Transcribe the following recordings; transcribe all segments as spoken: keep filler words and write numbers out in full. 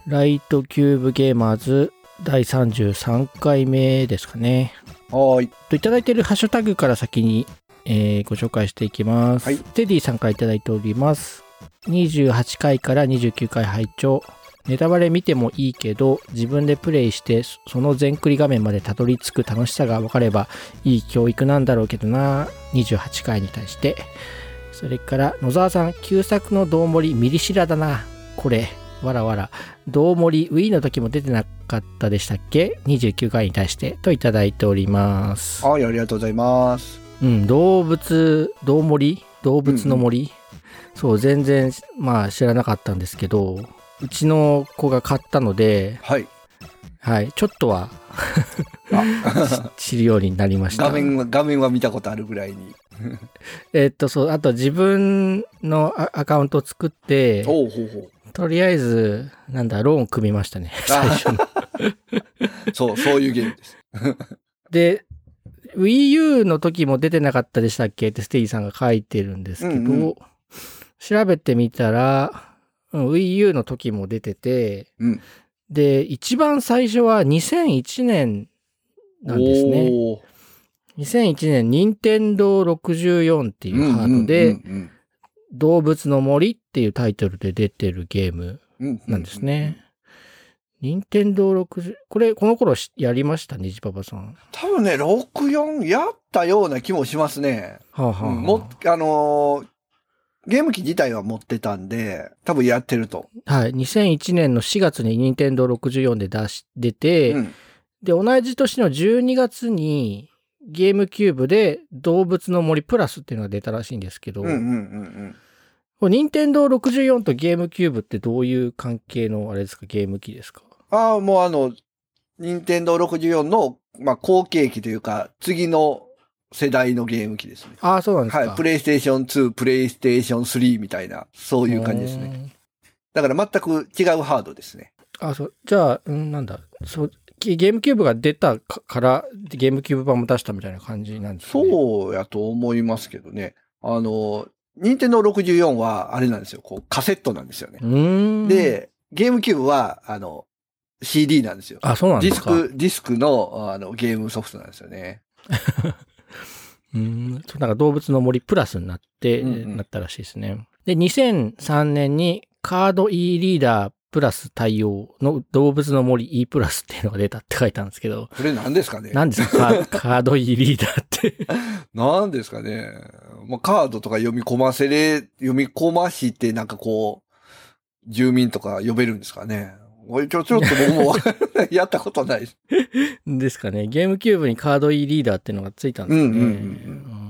ライトキューブゲーマーズだいさんじゅうさんかいめですかね。 はい。 といただいているハッシュタグから先に、えー、ご紹介していきます。 はい。 テディさんからいただいております。にじゅうはちかいからにじゅうきゅうかい拝聴。ネタバレ見てもいいけど、自分でプレイしてその全クリ画面までたどり着く楽しさが分かればいい教育なんだろうけどな。にじゅうはちかいに対して。それから野沢さん、旧作のどうもりミリシラだな。これわらわら。どうもり Wii の時も出てなかったでしたっけ？ にじゅうきゅうかいに対してといただいております。 はい、ありがとうございます。 うん、動物、どうもり動物の森、うんうん、そう、全然、まあ知らなかったんですけど、うちの子が買ったので、 はい。 はい、ちょっとは知るようになりました。 画面は、画面は見たことあるぐらいに。 えっと、そう、あと自分のアカウントを作って、 おうほうほう。 とりあえず、なんだ、ローン組みましたね、最初の。 そう、そういうゲームです。 で、Wii U の時も出てなかったでしたっけってステイさんが書いてるんですけど、うんうん、調べてみたら、うん、Wii U の時も出てて、 うん、 で、一番最初はにせんいちねんなんですね。にせんいちねん、任天堂ろくじゅうよんっていうハードで、うんうんうんうん、動物の森っていうタイトルで出てるゲームなんですね。うんうんうんうん、任天堂ろくじゅう、これ、この頃やりましたね、ジパパさん。 多分ね、ろくじゅうよんやったような気もしますね。 はあはあはあ、うん、 も、あのー、ゲーム機自体は持ってたんで、多分やってると。 はい。にせんいちねんのしがつに任天堂ろくじゅうよんで出し、出て、うん、で、同じ年のじゅうにがつにゲームキューブで動物の森プラスっていうのが出たらしいんですけど、うんうんうんうんこれ任天堂ろくじゅうよんとゲームキューブってどういう関係のあれですか、ゲーム機ですか？ ああ、もうあの、任天堂ろくじゅうよんの、まあ、後継機というか、次の世代のゲーム機ですね。 ああ、そうなんですか。 はい。プレイステーションツー、プレイステーションスリーみたいな、そういう感じですね。だから全く違うハードですね。 あ、そう。じゃあ、うん、なんだ。そう、ゲームキューブが出たから、ゲームキューブ版も出したみたいな感じなんですかね。 そうやと思いますけどね。あの、任天堂ろくじゅうよんはあれなんですよ。こう、カセットなんですよね。 うーんで、ゲームキューブは、あの、シーディー なんですよ。 あ、そうなんですか。 ディスク、ディスクの、あの、ゲームソフトなんですよね。 うん。そう、なんか動物の森プラスになって、うんうん、なったらしいですね。で、にせんさんねんにカード E リーダープラス対応の動物の森 E プラスっていうのが出たって書いたんですけど。 これ何ですかね？ 何ですかカード E リーダーって。 何ですかね？まあ、カードとか読み込ませれ、読み込ましてなんかこう、住民とか呼べるんですかね？ちょ、ちょっと僕もやったことないです。 ですかね。ゲームキューブにカード E リーダーっていうのがついたんですね。うんうんうんうん、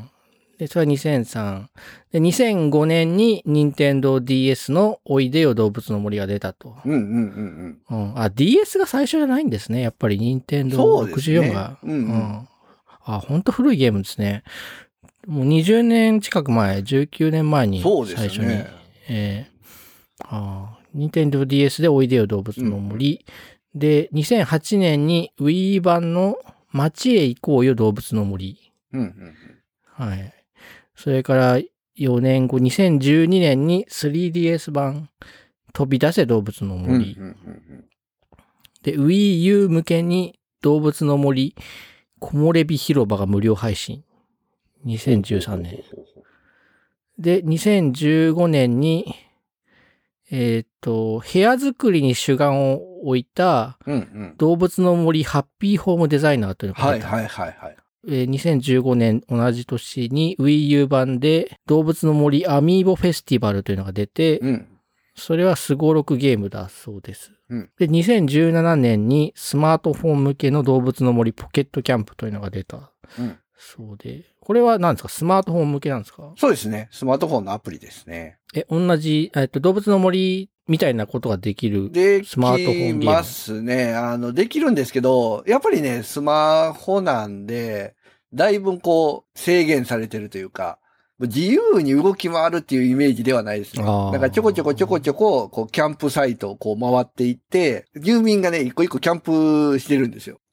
で、それはにせんさん。で、にせんごねんに任天堂 ディーエス のおいでよ動物の森が出たと。 うんうんうんうん。 うん、あ、ディーエス が最初じゃないんですね。やっぱり任天堂ろくじゅうよんが。 そうですね。うんうん、 あ、ほんと古いゲームですね。もうにじゅうねん近く前、じゅうきゅうねんまえに最初に。ねえー、あ任天堂 ディーエス でおいでよ動物の森。うん、で、にせんはちねんに Wii 版の街へ行こうよ動物の森。 うんうんうん、 はい。それからよねんご、にせんじゅうにねんに スリーディーエス 版飛び出せ動物の森。うんうんうんうん、で、Wii U 向けに動物の森木漏れ日広場が無料配信。にせんじゅうさんねん。で、にせんじゅうごねんに、えっと、部屋作りに主眼を置いた、動物の森ハッピーホームデザイナーというのが出た。 はいはいはいはい。 えー、にせんじゅうごねん同じ年に Wii U 版で動物の森アミーボフェスティバルというのが出て、うん、それはスゴロクゲームだそうです。うん、で、にせんじゅうななねんにスマートフォン向けの動物の森ポケットキャンプというのが出た。うん、そうで、これは何ですか？スマートフォン向けなんですか？ そうですね。スマートフォンのアプリですね。 え、同じ、えっと、動物の森みたいなことができるスマートフォンゲーム。 できますね。あの、できるんですけど、やっぱりね、スマホなんで、だいぶこう、制限されてるというか、自由に動き回るっていうイメージではないですね。なんかちょこちょこちょこちょこ、こう、キャンプサイトをこう回っていって、住民がね、一個一個キャンプしてるんですよ。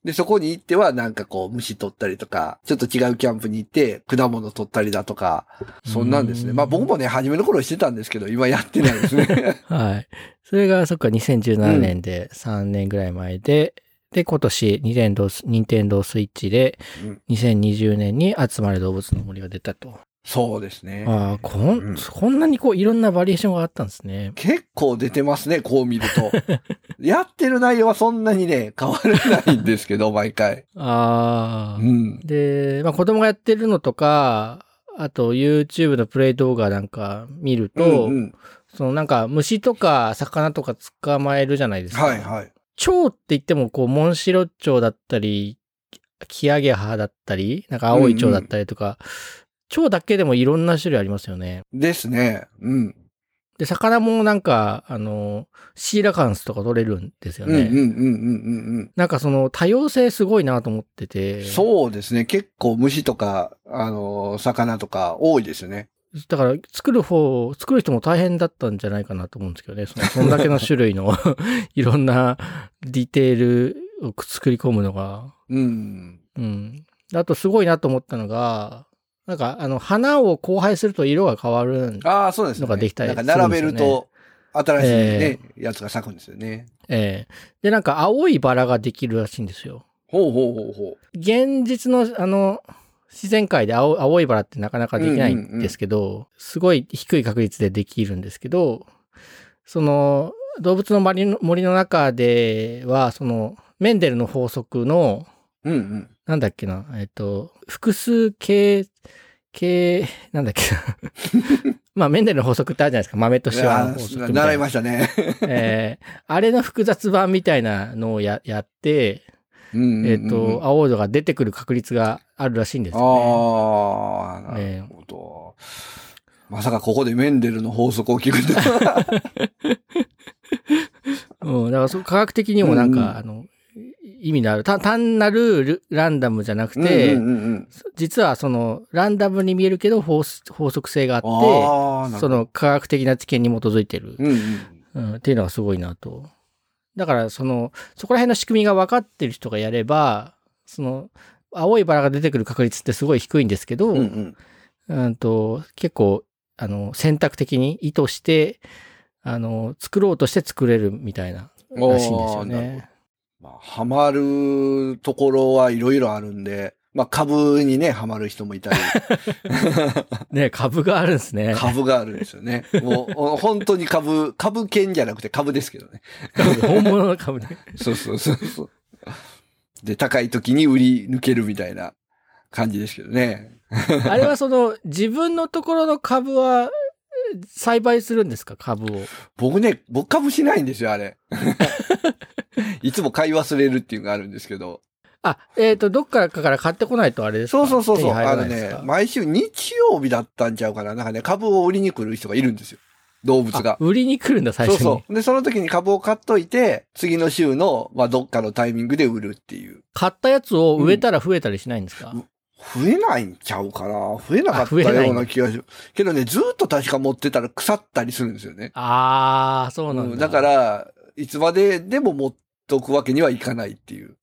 で、そこに行ってはなんかこう虫取ったりとか、ちょっと違うキャンプに行って果物取ったりだとか、そんなんですね。まあ僕もね、初めの頃してたんですけど、今やってないですね。 はい。それが、そっか、にせんじゅうななねんでさんねんぐらい前で、うん、で、今年、ニンテンドー、ニンテンドースイッチで、にせんにじゅうねんに集まれ動物の森が出たと。 そうですね。 ああ、こん、うん、こんなにこういろんなバリエーションがあったんですね。 結構出てますね、こう見ると。やってる内容はそんなにね、変わらないんですけど、毎回。 ああ。 うん。 で、まあ子供がやってるのとか、あと YouTube のプレイ動画なんか見ると、うんうん、そのなんか虫とか魚とか捕まえるじゃないですか。 はいはい。 蝶って言ってもこう、モンシロチョウだったり、キアゲハだったり、なんか青い蝶だったりとか、うんうん、蝶だけでもいろんな種類ありますよね。 ですね。うん。 で、魚もなんか、あの、シーラカンスとか取れるんですよね。 うんうんうんうんうん。 なんかその多様性すごいなと思ってて。 そうですね。結構虫とか、あの、魚とか多いですよね。 だから作る方、作る人も大変だったんじゃないかなと思うんですけどね。その、そんだけの種類のいろんなディテールを作り込むのが。 うん。 うん。あとすごいなと思ったのが、なんか、あの、花を交配すると色が変わるのができたりするんですよね。 なんか並べると、新しいね、えー、やつが咲くんですよね。 ええー。で、なんか青いバラができるらしいんですよ。 ほうほうほうほう。 現実の、あの、自然界で 青, 青いバラってなかなかできないんですけど、うんうんうん、すごい低い確率でできるんですけど、その、動物の森の森の中では、その、メンデルの法則の、 うんうん、 なんだっけな、えっと、複数形、形、なんだっけな。まあ、メンデルの法則ってあるじゃないですか。豆とシワの法則みたいな。 習いましたね。 えー、あれの複雑版みたいなのを や, やって、 うんうんうん、 えっ、ー、と、青いのが出てくる確率があるらしいんですよね。ああ、なるほど、えー。まさかここでメンデルの法則を聞くとは。 うん、だからそ科学的にもなんか、うんうん、あの、意味のある、単なるランダムじゃなくて、うんうんうん、実はそのランダムに見えるけど 法, 法則性があって、その科学的な知見に基づいてる、うんうんうん、っていうのがすごいなと。だからその、そこら辺の仕組みが分かってる人がやれば、その、青いバラが出てくる確率ってすごい低いんですけど、うんうん、うんと結構、あの、選択的に意図して、あの、作ろうとして作れるみたいな、らしいんですよね。 まあ、ハマるところはいろいろあるんで、まあ株にね、ハマる人もいたり。 ね、株があるんですね。 株があるんですよね。もう本当に株、株券じゃなくて株ですけどね。 本物の株ね。 そうそうそうそう。で、高い時に売り抜けるみたいな感じですけどね。 あれはその自分のところの株は栽培するんですか、株を。 僕ね、僕株しないんですよ、あれ。いつも買い忘れるっていうのがあるんですけど。 あ、えっ、ー、と、どっからかから買ってこないとあれですか？ そうそうそうそう。あのね、毎週日曜日だったんちゃうかな。なんかね、株を売りに来る人がいるんですよ。動物が。 売りに来るんだ、最初に。 そうそう。で、その時に株を買っといて、次の週の、まあ、どっかのタイミングで売るっていう。 買ったやつを植えたら増えたりしないんですか？ うん、増えないんちゃうかな。増えなかったような気がします。けどね、ずっと確か持ってたら腐ったりするんですよね。 ああ、そうなんだ。 うん、だから、いつまででも持っとくわけにはいかないっていう。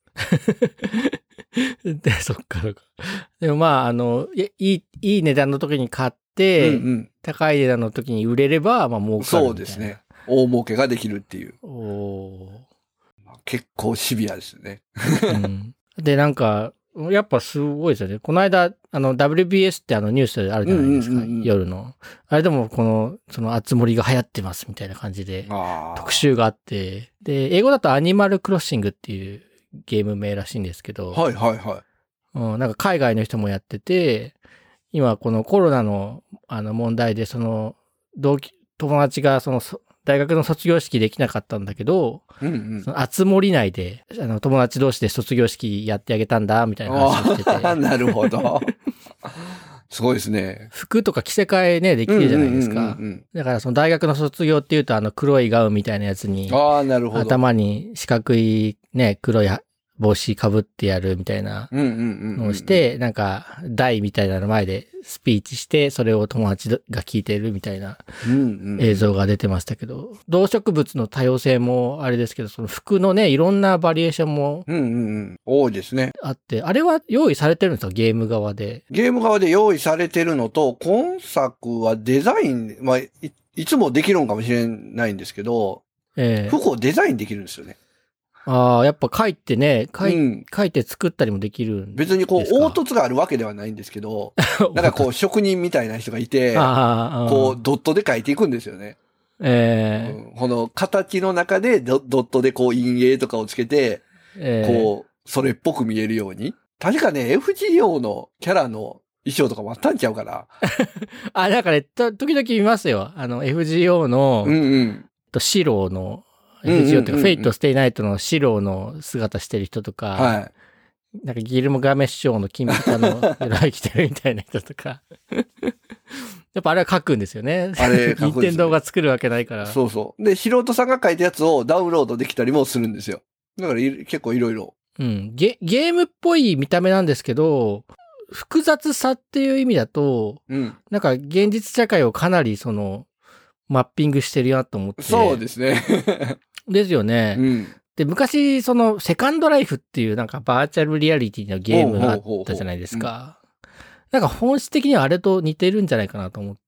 で、そっかそっか。でもまあ、あの、いい、いい値段の時に買って、うんうん、高い値段の時に売れれば、まあ儲かるみたいな。 そうですね。大儲けができるっていう。 お結構シビアですね。 うん、で、なんか、やっぱすごいですよね。この間、あの、ダブリュービーエス ってあのニュースあるじゃないですか、うんうんうんうん、夜の。あれでも、この、その、あつ森が流行ってますみたいな感じで、特集があって、で、英語だとアニマルクロッシングっていうゲーム名らしいんですけど、 はいはいはい。 うん、なんか海外の人もやってて、今このコロナの、あの問題で、その、同期、友達がその、大学の卒業式できなかったんだけど、うんうん、そのあつ森内であの友達同士で卒業式やってあげたんだみたいな話をしてて。 なるほど。すごいですね。 服とか着せ替えね、できるじゃないですか。だからその大学の卒業っていうとあの黒いガウンみたいなやつに、 あ、なるほど。 頭に四角いね、黒い帽子かぶってやるみたいなのをして、なんか台みたいなの前でスピーチして、それを友達が聞いてるみたいな映像が出てましたけど、動植物の多様性もあれですけど、その服のね、いろんなバリエーションも多いですね。 あって、あれは用意されてるんですか、ゲーム側で。 ゲーム側で用意されてるのと、今作はデザイン、まあ、い, いつもできるんかもしれないんですけど、えー、服をデザインできるんですよね。 ああ、やっぱ書いてね、書い、うん、書いて作ったりもできるんですか。 別にこう、凹凸があるわけではないんですけど、なんかこう、職人みたいな人がいて、こう、ドットで書いていくんですよね。ええーうん、この形の中でド、ドットでこう、陰影とかをつけて、えー、こう、それっぽく見えるように。確かね、エフジーオー のキャラの衣装とかもあったんちゃうかな。 あ、なんかね、時々見ますよ。あの、エフジーオー の、うんうん、と、シローの、エフジーオー っていうか、フェイト・ステイ・ナイトのシローの姿してる人とか、はい、なんかギルモ・ガメッショーの金ピカの鎧着てるみたいな人とか。やっぱあれは書くんですよね。あれ書くんですよね。任天堂が作るわけないから。 そうそう。で、素人さんが書いたやつをダウンロードできたりもするんですよ。だから結構いろいろ。 うん。ゲ、ゲームっぽい見た目なんですけど、複雑さっていう意味だと、うん、なんか現実社会をかなりその、マッピングしてるなと思って。 そうですね。 ですよね。うん、で、昔、その、セカンドライフっていうなんかバーチャルリアリティのゲームがあったじゃないですか。なんか本質的にはあれと似てるんじゃないかなと思って。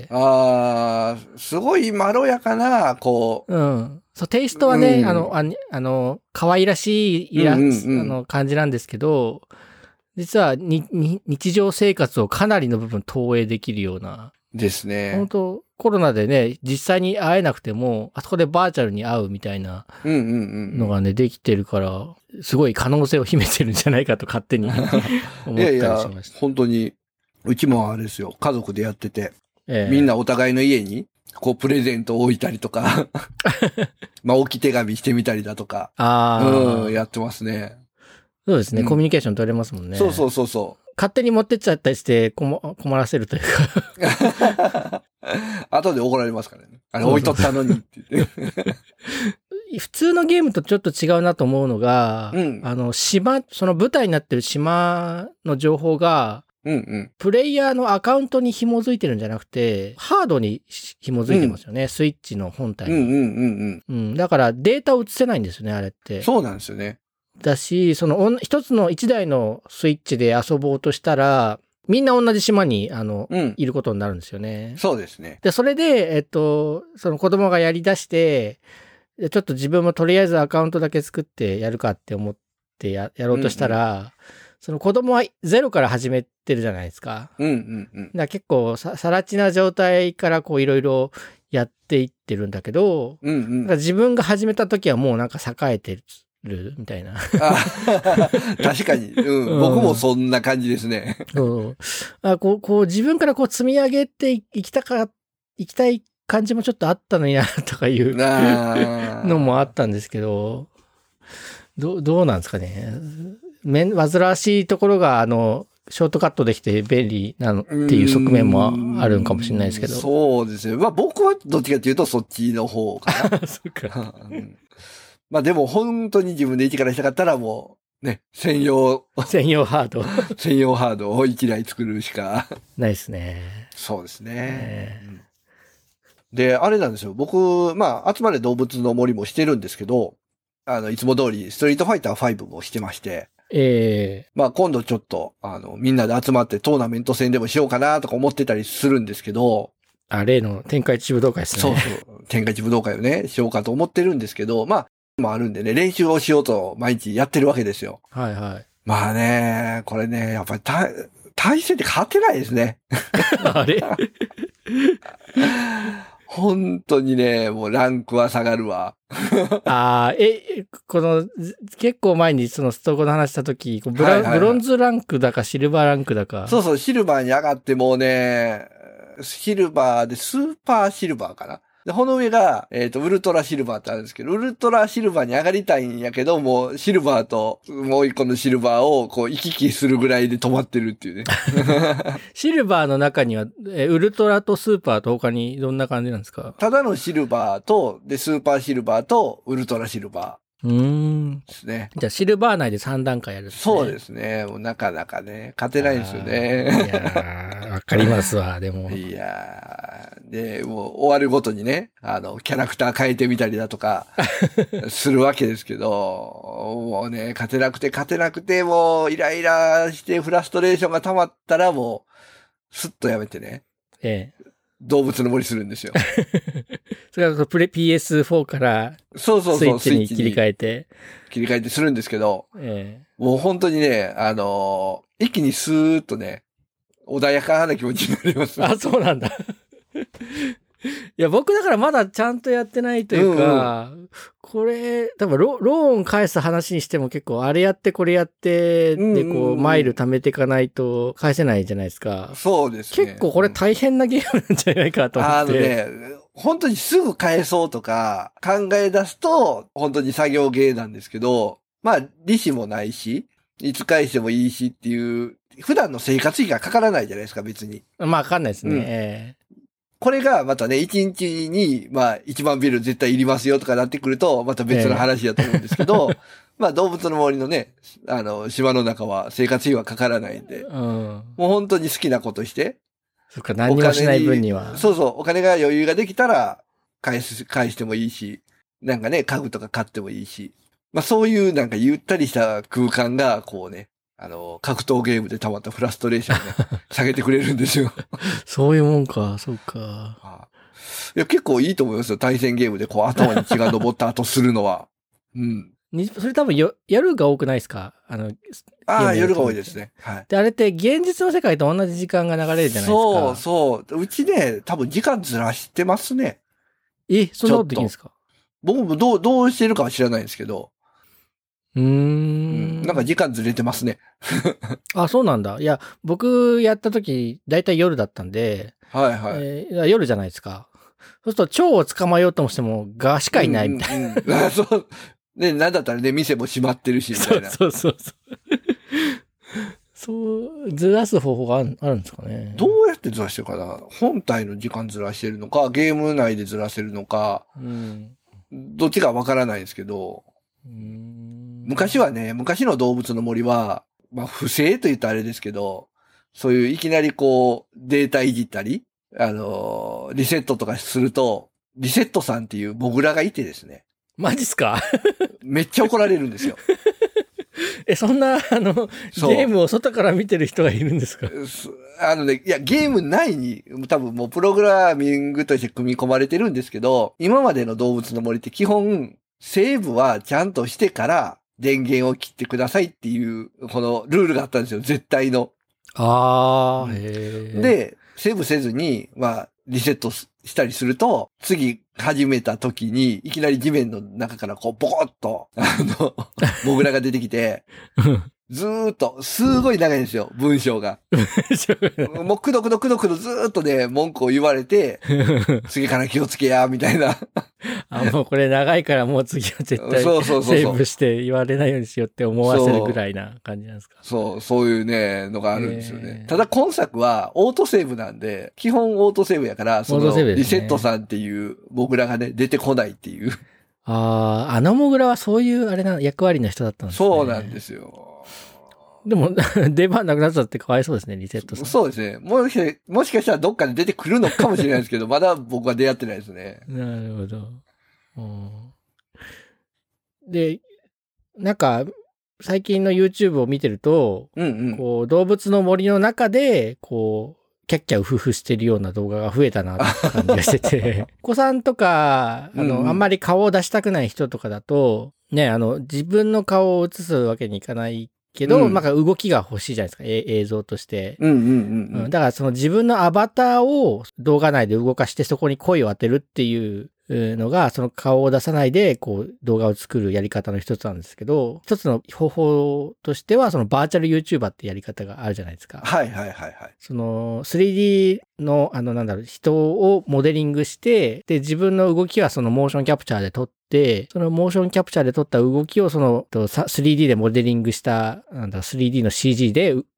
ああ、すごいまろやかな、こう。うん。そう、テイストはね、うん、あの、ああの、可愛らしいイラスト、うんうんうん、あの感じなんですけど、実はにに日常生活をかなりの部分投影できるような。 ですね。 本当コロナでね、実際に会えなくても、あそこでバーチャルに会うみたいなのがね、できてるから、すごい可能性を秘めてるんじゃないかと勝手に思ったりしました。いやいや、 本当に、うちもあれですよ、家族でやってて、えー、みんなお互いの家に、こう、プレゼントを置いたりとか、まあ、置き手紙してみたりだとか、あうん、やってますね。 そうですね、うん、コミュニケーション取れますもんね。 そうそうそうそう。 勝手に持ってっちゃったりして困らせるというか後で怒られますからね。あれ置いとったのにって言って。 普通のゲームとちょっと違うなと思うのが、うん、あの、島、その舞台になってる島の情報が、うんうん、プレイヤーのアカウントに紐づいてるんじゃなくて、ハードに紐づいてますよね。うん、スイッチの本体に、うんうんうんうん。うん。だからデータを映せないんですよね、あれって。 そうなんですよね。 だし、その、一つの一台のスイッチで遊ぼうとしたら、みんな同じ島に、あの、うん、いることになるんですよね。 そうですね。 で、それで、えっと、その子供がやり出して、ちょっと自分もとりあえずアカウントだけ作ってやるかって思ってや、やろうとしたら、うんうん、その子供はゼロから始めてるじゃないですか。うんうんうん。だから結構さ、さら地な状態からこういろいろやっていってるんだけど、うんうん、だから自分が始めた時はもうなんか栄えてる。るみたいな。 確かに、うんうん。僕もそんな感じですね。 そうあこう、こう自分からこう積み上げていきたか、いきたい感じもちょっとあったのにな、とかいうのもあったんですけど、どどうなんですかね。めん、煩わしいところが、あの、ショートカットできて便利なのっていう側面もあるんかもしれないですけど。 そうですね。まあ僕はどっちかというとそっちの方かな。そうか。うんまあでも本当に自分で一からしたかったらもうね、専用。 専用ハード。 専用ハードを一台作るしか。 ないですね。 そうですね、えーうん。で、あれなんですよ。僕、まあ、集まれ動物の森もしてるんですけど、あの、いつも通りストリートファイターファイブもしてまして。ええー。まあ今度ちょっと、あの、みんなで集まってトーナメント戦でもしようかなとか思ってたりするんですけど、 あ、例の天下一武道会ですね。 そうそう。天下一武道会をね、しようかと思ってるんですけど、まあ、もあるんでね、練習をしようと毎日やってるわけですよ。はいはい。まあね、これね、やっぱり対、対戦って勝てないですね。あれ本当にね、もうランクは下がるわ。 ああ、え、この、結構前にそのストコの話したとき、ブラ、はいはいはい、ブロンズランクだかシルバーランクだか。 そうそう、シルバーに上がってもうね、シルバーでスーパーシルバーかな。で、この上が、えっと、ウルトラシルバーってあるんですけど、ウルトラシルバーに上がりたいんやけど、もうシルバーともう一個のシルバーをこう行き来するぐらいで止まってるっていうね。 シルバーの中には、え、ウルトラとスーパーと他にどんな感じなんですか？ ただのシルバーと、で、スーパーシルバーとウルトラシルバうーん。 ですね。 じゃあシルバー内でさん段階やるんですね。 そうですね。もうなかなかね、勝てないんですよいね。 やー、わかりますわ、でも。 いやー、で、もう終わるごとにね、あの、キャラクター変えてみたりだとか、するわけですけど、もうね、勝てなくて勝てなくて、もうイライラしてフラストレーションが溜まったらもう、スッとやめてね。 ええ。 動物の森するんですよ。 それはプレ ピーエスフォー からそうそうそう、 スイッチに切り替えて。 切り替えてするんですけど、 ええ、 もう本当にね、あのー一気にスーッとね、穏やかな気持ちになります。 あ、そうなんだ。いや、僕だからまだちゃんとやってないというか、うんうん、これ、多分ロローン返す話にしても結構あれやってこれやって、でこう、マイル貯めていかないと返せないじゃないですか。 そうですね。 結構これ大変なゲームなんじゃないかと思って。 あのね、本当にすぐ返そうとか考え出すと、本当に作業ゲーなんですけど、まあ、利子もないし、いつ返してもいいしっていう、普段の生活費がかからないじゃないですか、別に。 まあ、かかんないですね。 うんえーこれがまたね、一日に、まあ、一万ビル絶対いりますよとかなってくると、また別の話だと思うんですけど、えー、まあ、動物の森のね、あの、島の中は生活費はかからないんで、うん、もう本当に好きなことして、 そっか、何もしない分には。 そうそう、お金が余裕ができたら、返す、返してもいいし、なんかね、家具とか買ってもいいし、まあ、そういうなんかゆったりした空間が、こうね、あの、格闘ゲームで溜まったフラストレーションをね、下げてくれるんですよ。 そういうもんか、そうか。 いや、結構いいと思いますよ。対戦ゲームでこう頭に血が昇った後するのは。うん。 それ多分よ、やるが多くないですか？あの、 ああ、夜が多いですね。はい。 で、あれって現実の世界と同じ時間が流れるじゃないですか。 そうそう。うちね、多分時間ずらしてますね。 え、そんなことできるんですか？ 僕もどう、どうしてるかは知らないんですけど。 うーん。うん、 なんか時間ずれてますね。 あ、そうなんだ。いや、僕やった時、だいたい夜だったんで。 はいはい。 えー、夜じゃないですか。そうすると、蝶を捕まえようともしても、ガしかいないみたいな。うんうんうん、 そう。ね、なんだったらね、店も閉まってるし、みたいな。 そうそうそう。そう、ずらす方法がある、あるんですかね。 どうやってずらしてるかな？本体の時間ずらしてるのか、ゲーム内でずらせるのか、うん、どっちかわからないですけど、うーん、昔はね、昔の動物の森は、まあ、不正と言ったらあれですけど、そういういきなりこう、データいじったり、あのー、リセットとかすると、リセットさんっていうモグラがいてですね。 マジっすか？ めっちゃ怒られるんですよ。 え、そんな、あの、ゲームを外から見てる人がいるんですか？ あのね、いや、ゲーム内に、多分もうプログラミングとして組み込まれてるんですけど、今までの動物の森って基本、セーブはちゃんとしてから電源を切ってくださいっていう、このルールがあったんですよ、絶対の。 ああ、へえ。 で、セーブせずに、まあ、リセットしたりすると、次始めた時に、いきなり地面の中からこう、ボコッと、あの、モグラが出てきて、ずーっと、すごい長いんですよ、文章が。もうくどくどくどくどずーっとね、文句を言われて、次から気をつけや、みたいな。 あ、もうこれ長いからもう次は絶対セーブして言われないようにしようって思わせるぐらいな感じなんですか？ そう、そういうね、のがあるんですよね。ただ今作はオートセーブなんで、基本オートセーブやから、そのリセットさんっていうモグラがね、出てこないっていう。 ああ、あのモグラはそういうあれな、役割の人だったんですね。 そうなんですよ。 でも、出番なくなっちゃってかわいそうですね、リセットさん。 そうですね。もし、もしかしたらどっかで出てくるのかもしれないですけど、まだ僕は出会ってないですね。 なるほど。うん、で、なんか、最近の YouTube を見てると、うんうん、こう動物の森の中で、こう、キャッキャウフフしてるような動画が増えたなって感じがしてて、お子さんとか、あの、うんうん、あんまり顔を出したくない人とかだと、ね、あの、自分の顔を映すわけにいかないけど、うん、なんか動きが欲しいじゃないですか、え映像として、うんうんうんうん。だからその自分のアバターを動画内で動かしてそこに声を当てるっていうのが、その顔を出さないで、こう、動画を作るやり方の一つなんですけど、一つの方法としては、そのバーチャル YouTuber ってやり方があるじゃないですか。 はいはいはいはい。 その、スリーディー の、あの、なんだろう、人をモデリングして、で、自分の動きはそのモーションキャプチャーで撮って、そのモーションキャプチャーで撮った動きをその スリーディー でモデリングした、なんだ、スリーディー の シージー で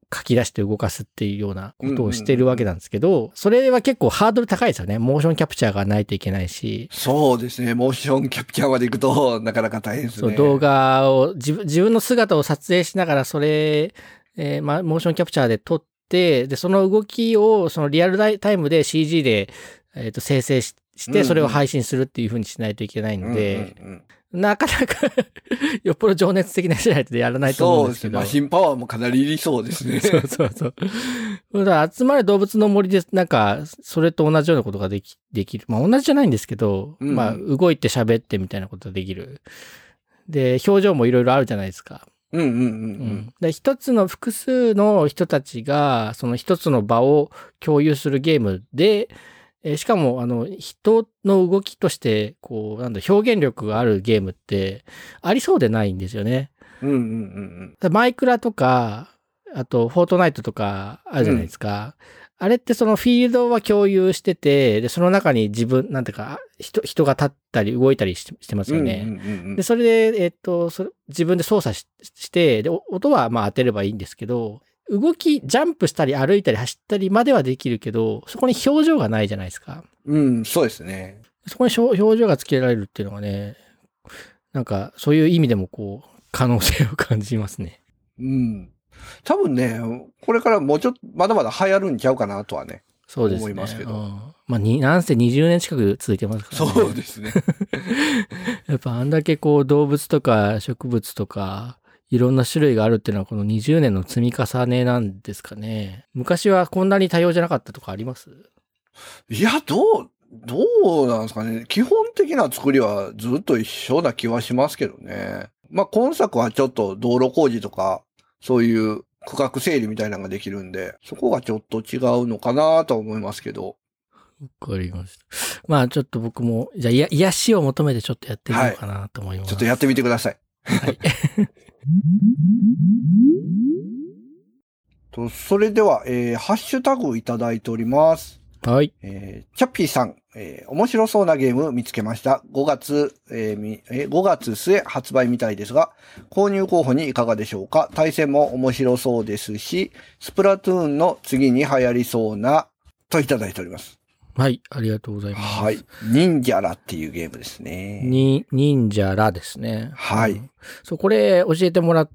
書き出して動かすっていうようなことをしてるわけなんですけど、うんうんうん、それは結構ハードル高いですよね。モーションキャプチャーがないといけないし。 そうですね。モーションキャプチャーまで行くとなかなか大変ですね。 そう、動画を自分、自分の姿を撮影しながらそれ、えー、まあ、モーションキャプチャーで撮って、で、その動きをそのリアルタイムで シージー で、えっと、生成し、してそれを配信するっていう風にしないといけないので、うんうんうんうん、なかなかよっぽど情熱的な人じゃないとやらないと思うんですけど。 そうですね。マシンパワーもかなりいりそうですね。 そうそうそう。だから集まる動物の森で、なんか、それと同じようなことができ、できる。まあ同じじゃないんですけど、うん、まあ動いて喋ってみたいなことができる。で、表情もいろいろあるじゃないですか。 うんうんうんうん。 で、一つの複数の人たちが、その一つの場を共有するゲームで、えー、しかも、あの、人の動きとして、こう、なんだ、表現力があるゲームって、ありそうでないんですよね。 うんうんうんうん。マイクラとか、あと、フォートナイトとかあるじゃないですか。うん、あれってそのフィールドは共有してて、で、その中に自分、なんていうか、人、人が立ったり動いたり し, してますよね。うんうんうんうん、で、それで、えっと、それ自分で操作 し, して、で、音はまあ当てればいいんですけど、動き、ジャンプしたり歩いたり走ったりまではできるけど、そこに表情がないじゃないですか。 うん、そうですね。 そこに表情がつけられるっていうのがね、なんか、そういう意味でもこう、可能性を感じますね。 うん。多分ね、これからもうちょっと、まだまだ流行るんちゃうかなとはね。 そうですね。 思いますけど。うん、 まあ、に、なんせにじゅうねん近く続いてますからね。 そうですね。 やっぱあんだけこう動物とか植物とか、いろんな種類があるっていうのはこのにじゅうねんの積み重ねなんですかね。昔はこんなに多様じゃなかったとかあります？ いや、どう、どうなんですかね。基本的な作りはずっと一緒な気はしますけどね。まあ今作はちょっと道路工事とか、そういう区画整理みたいなのができるんで、そこがちょっと違うのかなと思いますけど。 わかりました。まあちょっと僕も、じゃあいや癒しを求めてちょっとやってみようかなと思います。 はい、ちょっとやってみてください。はい。とそれでは、えー、ハッシュタグいただいております。 はい。 えー、チャッピーさん、えー、面白そうなゲーム見つけました。ごがつ、えーえー、ごがつ末発売みたいですが、購入候補にいかがでしょうか。対戦も面白そうですし、スプラトゥーンの次に流行りそうな、といただいております。 はい、ありがとうございます。 はい。忍者らっていうゲームですね。 に、忍者らですね。 はい、 うん。そう、これ教えてもらって、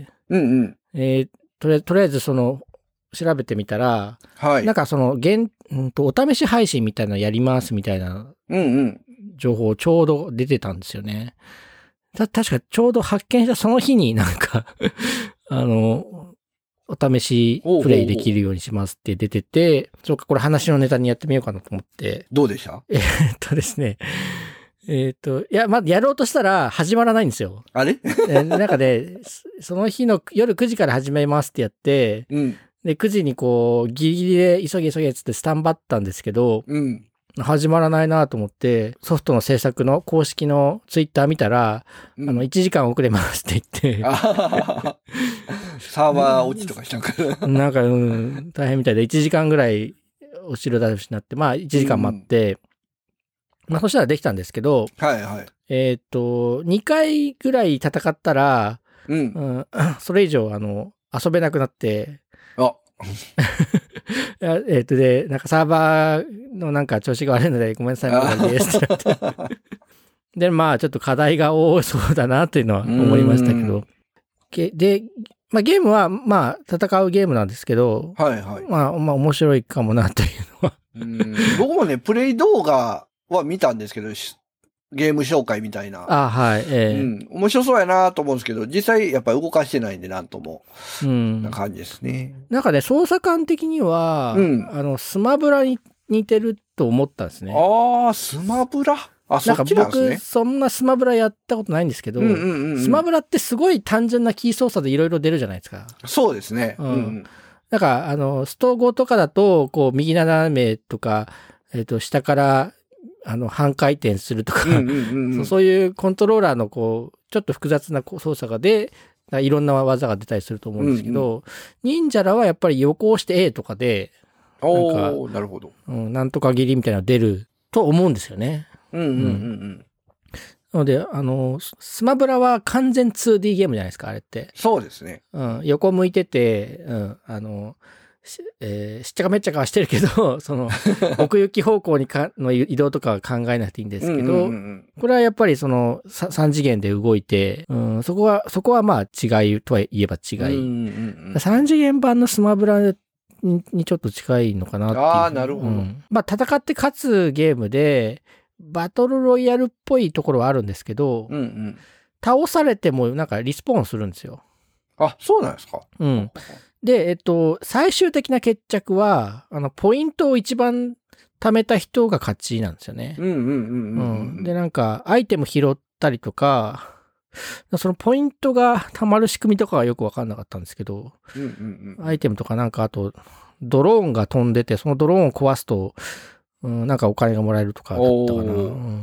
うんうん。 えー、とりあえず、とりあえずその、調べてみたら、はい。なんかその、現、うんと、お試し配信みたいなのやりますみたいな、 うんうん。 情報ちょうど出てたんですよね。た、確かちょうど発見したその日になんか、あの、お試しプレイできるようにしますって出てて、そうか、これ話のネタにやってみようかなと思って。 どうでした？ えー、っとですね。えっと、いや、まずやろうとしたら始まらないんですよ。 あれなんかね、その日の夜くじから始めますってやって、うん、で、くじにこう、ギリギリで急げ急げっつってスタンバったんですけど、うん、始まらないなと思って、ソフトの制作の公式のツイッター見たら、うん、あの、いちじかん遅れますって言って。 サーバー落ちとかしたんかな。 なんか、うん、大変みたいで、いちじかんぐらいお城出しになって、まあ、いちじかん待って、うんまあ、そしたらできたんですけど、 はいはい。 えっと、にかいぐらい戦ったら、うん。うん、それ以上、あの、遊べなくなって、 あえっと、で、なんかサーバーのなんか調子が悪いので、ごめんなさい、もう終わりですってで、まあ、ちょっと課題が多そうだなというのは思いましたけど、で、まあ、ゲームは、まあ、戦うゲームなんですけど、 はいはい。 まあ、まあ、面白いかもなというのはうん僕もね、プレイ動画、は見たんですけど、ゲーム紹介みたいな。 あ、はい。ええー。うん。面白そうやなと思うんですけど、実際やっぱり動かしてないんで、なんとも。うん。な感じですね。 なんかね、操作感的には、うん、あの、スマブラに似てると思ったんですね。 ああ、スマブラあ、そっちなんですね。 なんか僕、そんなスマブラやったことないんですけど、うんうんうんうん、スマブラってすごい単純なキー操作でいろいろ出るじゃないですか。 そうですね。うん。うん、 なんか、あの、ストーゴとかだと、こう、右斜めとか、えっと、下から、あの、半回転するとか、うんうんうんうん、そういうコントローラーのこう、ちょっと複雑な操作がで、いろんな技が出たりすると思うんですけど、うんうん、忍者らはやっぱり横押して A とかで、 なんか、なるほど。 うん、なんとか切りみたいなの出ると思うんですよね。 うんうんうんうん。 なので、あの、スマブラは完全 ツーディー ゲームじゃないですか、あれって。 そうですね。 うん、横向いてて、うん、あの、し,、えー、しっちゃかめっちゃかはしてるけど、その、奥行き方向にかの移動とかは考えなくていいんですけど、うんうんうん、これはやっぱりそのさん次元で動いて、うん、そこは、そこはまあ違いとは言えば違い。うんうんうん、さん次元版のスマブラに, にちょっと近いのかなっていう。 ああ、なるほど。うん、 まあ戦って勝つゲームで、バトルロイヤルっぽいところはあるんですけど、うんうん、倒されてもなんかリスポーンするんですよ。 あ、そうなんですか。 うん。で、えっと、最終的な決着は、あの、ポイントを一番貯めた人が勝ちなんですよね。 うんうんうんうん、うん。 で、なんか、アイテム拾ったりとか、そのポイントが貯まる仕組みとかはよくわかんなかったんですけど、うんうんうん、アイテムとかなんか、あと、ドローンが飛んでて、そのドローンを壊すと、うん、なんかお金がもらえるとかだったかな。うん、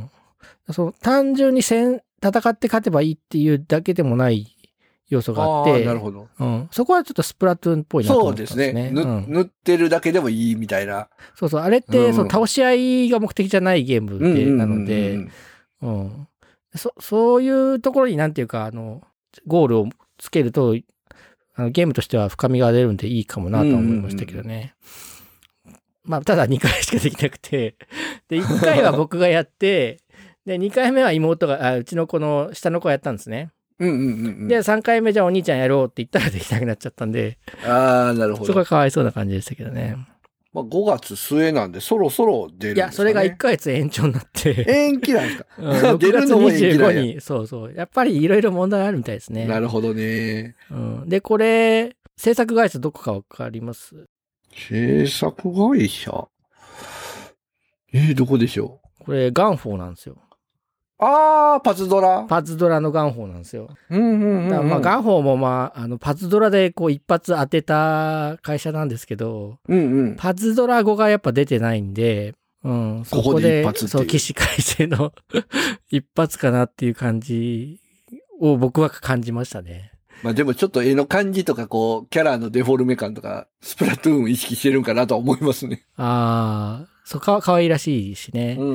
その単純に戦、戦って勝てばいいっていうだけでもない要素があって、 なるほど、 うん。そこはちょっとスプラトゥーンっぽいなと思ったんですね。そうですね、 うん、塗ってるだけでもいいみたいな。 そうそう。あれって、うん、その倒し合いが目的じゃないゲームで、なので、うん。そ、そういうところになんていうか、あの、ゴールをつけると、あのゲームとしては深みが出るんでいいかもなとは思いましたけどね。うんうんうん、まあ、ただにかいしかできなくて、で、いっかいは僕がやって、で、にかいめは妹が、あ、うちの子の下の子がやったんですね。 うんうんうんうん、 で、さんかいめじゃあお兄ちゃんやろうって言ったらできなくなっちゃったんで。 ああ、なるほど。 そこがかわいそうな感じでしたけどね。 まあ、ごがつ末なんで、そろそろ出るんですかね。 いや、それがいっかげつ延長になって。 延期なんですか、 うん、出るのも延期なんや。に、そうそう。やっぱりいろいろ問題あるみたいですね。 なるほどね。 うん、で、これ、制作会社どこかわかります？ 制作会社えー、どこでしょう？これ、ガンフォーなんですよ。 あー、パズドラパズドラのガンフォーなんですよ。 うんうんうん、うん。だからまあ、ガンフォーもまあ、あの、パズドラでこう一発当てた会社なんですけど、 うんうん、 パズドラごがやっぱ出てないんで、うん、そこで、ここで一発そう、起死回生の一発かなっていう感じを僕は感じましたね。 まあでもちょっと絵の感じとかこう、キャラのデフォルメ感とか、スプラトゥーンを意識してるんかなとは思いますね。 ああ、そうか、かわいらしいしね。 うんうん。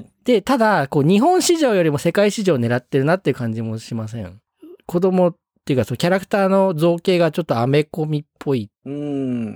で、ただ、こう、日本市場よりも世界市場を狙ってるなっていう感じもしません。子供っていうか、そうキャラクターの造形がちょっとアメコミっぽい。 うん。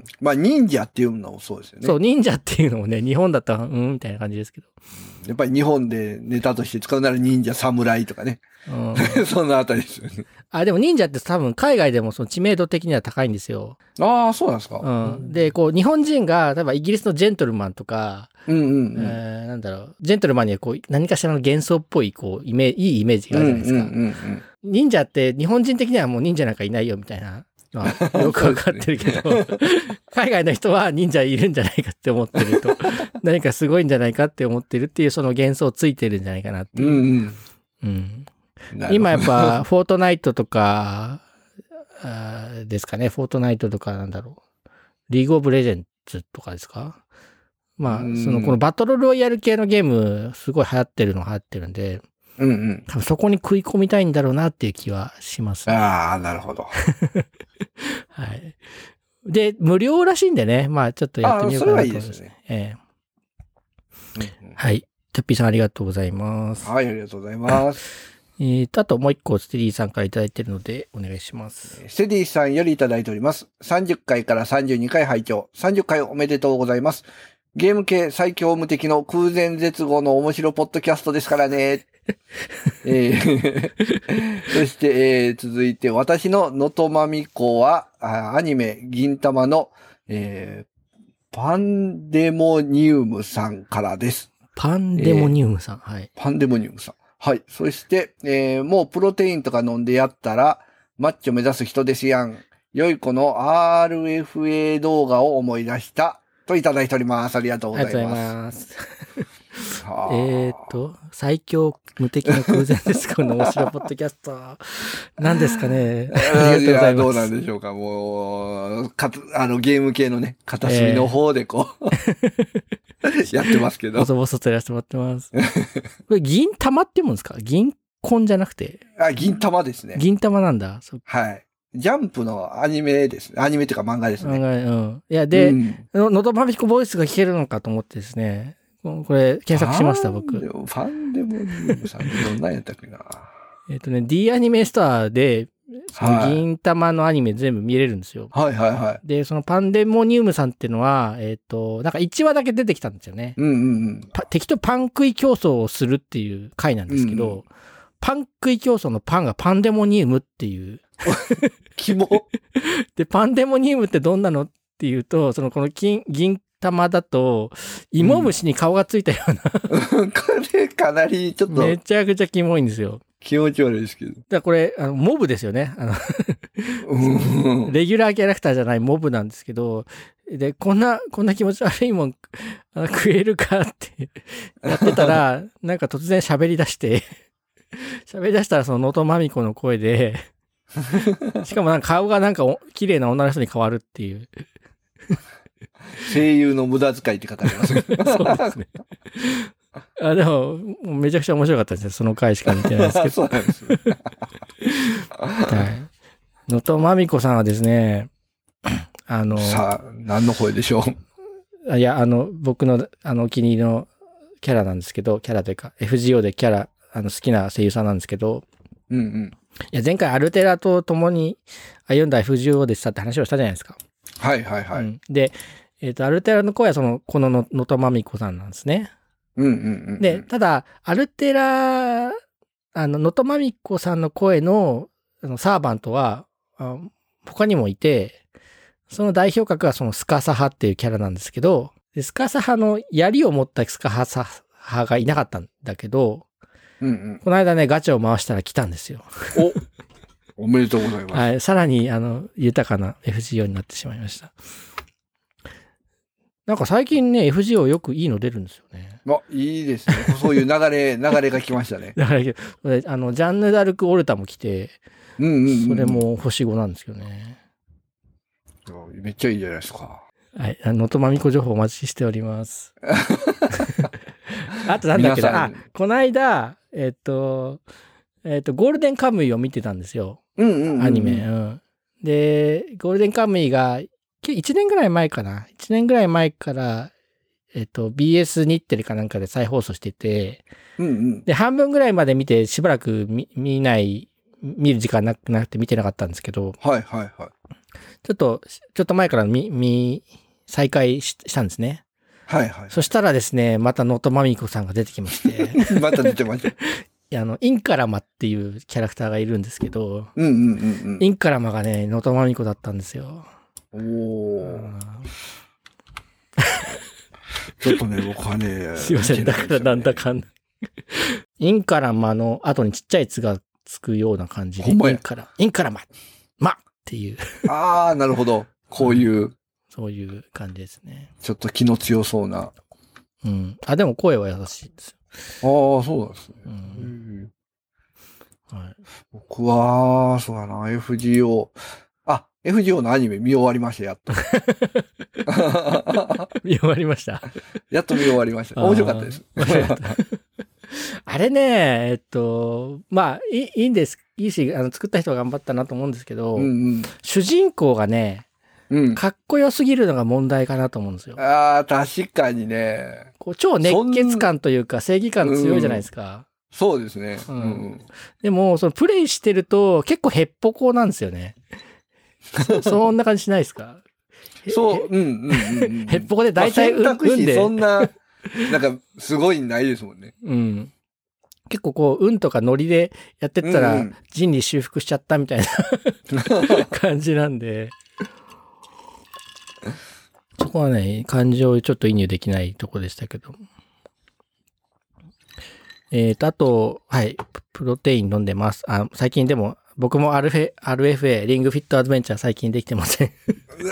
まあ、忍者っていうのもそうですよね。 そう、忍者っていうのもね、日本だったら、うんみたいな感じですけど。 やっぱり日本でネタとして使うなら忍者、侍とかね。うん、そんなあたりですよね。 あ、でも忍者って多分海外でもその知名度的には高いんですよ。 ああ、そうなんですか。 うん。で、こう、日本人が、例えばイギリスのジェントルマンとか、 うんうんうん、 えー、なんだろう、ジェントルマンにはこう、何かしらの幻想っぽい、こう、イメいいイメージがあるじゃないですか。うんうんうんうん、忍者って日本人的にはもう忍者なんかいないよみたいな。まあ、よくわかってるけど、ね、海外の人は忍者いるんじゃないかって思ってると、何かすごいんじゃないかって思ってるっていうその幻想ついてるんじゃないかなっていう。うんうん。うん、今やっぱ、フォートナイトとか、ですかね。フォートナイトとかなんだろう。リーグオブレジェンズとかですか？まあ、その、このバトルロイヤル系のゲーム、すごい流行ってるの流行ってるんで、 うんうん。 多分そこに食い込みたいんだろうなっていう気はしますね。 ああ、なるほど。 はい。で、無料らしいんでね。まあ、ちょっとやってみようかなと思います。あ、それはいいですね。ええうんうん、はい。タッピーさんありがとうございます。 はい、ありがとうございます。 えーと、あともう一個ステディさんからいただいているのでお願いします。 ステディさんよりいただいております。さんじゅっかいからさんじゅうにかい拝聴。さんじゅっかいおめでとうございます。ゲーム系最強無敵の空前絶後の面白ポッドキャストですからね。えー、そして、えー、続いて私ののとまみこはアニメ銀玉の、えー、パンデモニウムさんからです。 パンデモニウムさん、えー、はい。 パンデモニウムさん。はい。そして、えー、もうプロテインとか飲んでやったら、マッチョ目指す人ですやん。よい子の アールエフエー 動画を思い出した。といただいております。ありがとうございます。ありがとうございます。 えっと、最強無敵の空前ですこの面白いポッドキャスト。何ですかね。 ありがとうございます。どうなんでしょうか。もう、かあの、ゲーム系のね、片隅の方でこう、えー、やってますけど。 ボソボソとやらせてもらってます。これ銀玉って読むんですか？銀婚じゃなくて。 あ、銀玉ですね。 銀玉なんだ。 はい。ジャンプのアニメですね。アニメっていうか漫画ですね。 漫画、うん。いや、で、うん、のどまみこボイスが聞けるのかと思ってですね。 これ、検索しました、僕。 ファンデモニウムさんってどんなんやったっけな。 えっとね、D アニメストアで、その銀玉のアニメ全部見れるんですよ。 はいはいはい。 で、そのパンデモニウムさんっていうのは、えっと、なんかいちわだけ出てきたんですよね。 うんうんうん。 敵とパン食い競争をするっていう回なんですけど、うんうん、パン食い競争のパンがパンデモニウムっていう。 キモ。で、 パンデモニウムってどんなのっていうと、そのこの金、銀玉だと、芋虫に顔がついたような、 うん。これかなりちょっと。 めちゃくちゃキモいんですよ。 気持ち悪いですけど。だからこれ、あのモブですよね。あのレギュラーキャラクターじゃないモブなんですけど、で、こんな、こんな気持ち悪いもん食えるかってやってたら、なんか突然喋り出して、喋り出したらその能登まみこの声で、しかもなんか顔がなんか綺麗な女の人に変わるっていう。 声優の無駄遣いって語ります。そうですね。 あ、でも、もうめちゃくちゃ面白かったですね。その回しか見てないですけど。 そうなんですね。 はい。能登まみこさんはですね、あの、 さあ、何の声でしょう。いや、あの、僕の、あの、お気に入りのキャラなんですけど、キャラというか、エフジーオー でキャラ、あの、好きな声優さんなんですけど、 うんうん。 いや、前回アルテラと共に歩んだ エフジーオー でしたって話をしたじゃないですか。 はいはいはい。うん、 で、えっと、アルテラの声はその、この能登まみこさんなんですね。 うんうんうん、うん。 で、ただ、アルテラ、あの、能登まみこさんの声の、あの、サーバントは、あ他にもいて、その代表格はそのスカサハっていうキャラなんですけど、でスカサハの槍を持ったスカサハがいなかったんだけど、 うんうん、 この間ね、ガチャを回したら来たんですよ。 お、おめでとうございます。 はい、さらに、あの、豊かな エフジーオー になってしまいました。なんか最近ね、エフジーオー よくいいの出るんですよね。 あ、いいですね。そういう流れ、流れが来ましたね。 だから、あの、ジャンヌ・ダルク・オルタも来て、 うんうんうん、 それも星ごなんですけどね。 めっちゃいいじゃないですか。 はい。能登まみこ情報お待ちしております。あとなんだっけな、あ、この間、えっと、えっと、ゴールデンカムイを見てたんですよ。 うんうんうんうん、 アニメ。うん。で、ゴールデンカムイが、いちねんぐらい前かな。いちねんぐらい前から、えっと、ビーエス 日テレかなんかで再放送してて、 うんうん、 で、半分ぐらいまで見て、しばらく 見, 見ない、見る時間なくなって見てなかったんですけど、 はいはいはい。 ちょっと、ちょっと前から見、見、再開 し, したんですね。 はいはい。 そしたらですね、また能登まみこさんが出てきまして。 また出てました。いや、あの、インカラマっていうキャラクターがいるんですけど、 うんうんうんうん、 インカラマがね、能登まみこだったんですよ。 おー。ちょっとね、僕はね。 すいません、だからなんだかんだ。インカラマの後にちっちゃい「つ」がつくような感じで、インカラ、インカラマ、まっていう。 ああ、なるほど。こういう、うん。 そういう感じですね。 ちょっと気の強そうな。 うん。あ、でも声は優しいんですよ。ああ、そうなんですね。 うん。 はい、僕は、そうだな、エフジーオー。あ、エフジーオー のアニメ見終わりました、やっと。 見終わりました。 やっと見終わりました。面白かったです。 あれね、えっと、まあいい、いいんです。いいし、あの、作った人が頑張ったなと思うんですけど、 うんうん、 主人公がね、うん、かっこよすぎるのが問題かなと思うんですよ。 ああ、確かにね。 こう超熱血感というか正義感強いじゃないですか。うん、 そうですね。 うんうん、でも、そのプレイしてると結構ヘッポコなんですよね。そ, そんな感じしないですか？ そう、うんうんうん、うん。 ヘッポコで大体、 まあ、選択肢そんな、なんか、すごいないですもんね。 うん。結構こう、運とかノリでやってったら、人理修復しちゃったみたいな感じなんで、そこはね、感情をちょっと移入できないとこでしたけど。えーと、あと、はい、プロテイン飲んでます。あ、最近でも、僕も アールエフエー、リングフィットアドベンチャー最近できてません。い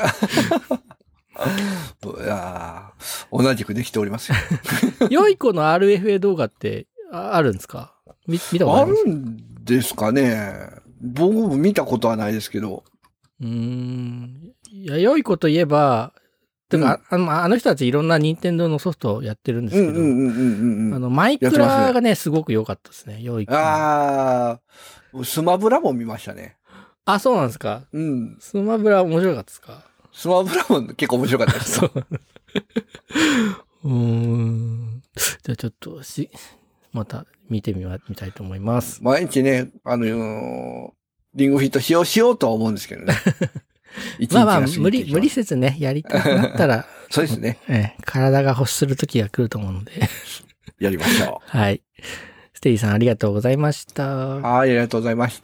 や同じくできておりますよ。 良い子の アールエフエー 動画ってあるんですか？見、見たことあります？ あるんですかね。僕も見たことはないですけど。 うーん。いや、良い子といえば、てか、うん、あの、あの人たちいろんな任天堂のソフトをやってるんですけど、あの、マイクラがね、すごく良かったですね。良い子。 ああ、スマブラも見ましたね。 あ、そうなんですか。 うん。 スマブラ面白かったですか？ スマブラも結構面白かったです。そう。 うーん。 じゃあちょっとし、また見てみま、みたいと思います。 毎日ね、あのー、リングフィットしようしようとは思うんですけどね。 まあまあ、無理、無理せずね、やりたくなったら、 そうですね。 ええ、体が欲する時が来ると思うので。 やりましょう。はい。ステイさんありがとうございました。 はい、ありがとうございました。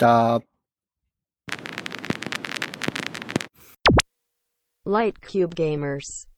Light Cube Gamers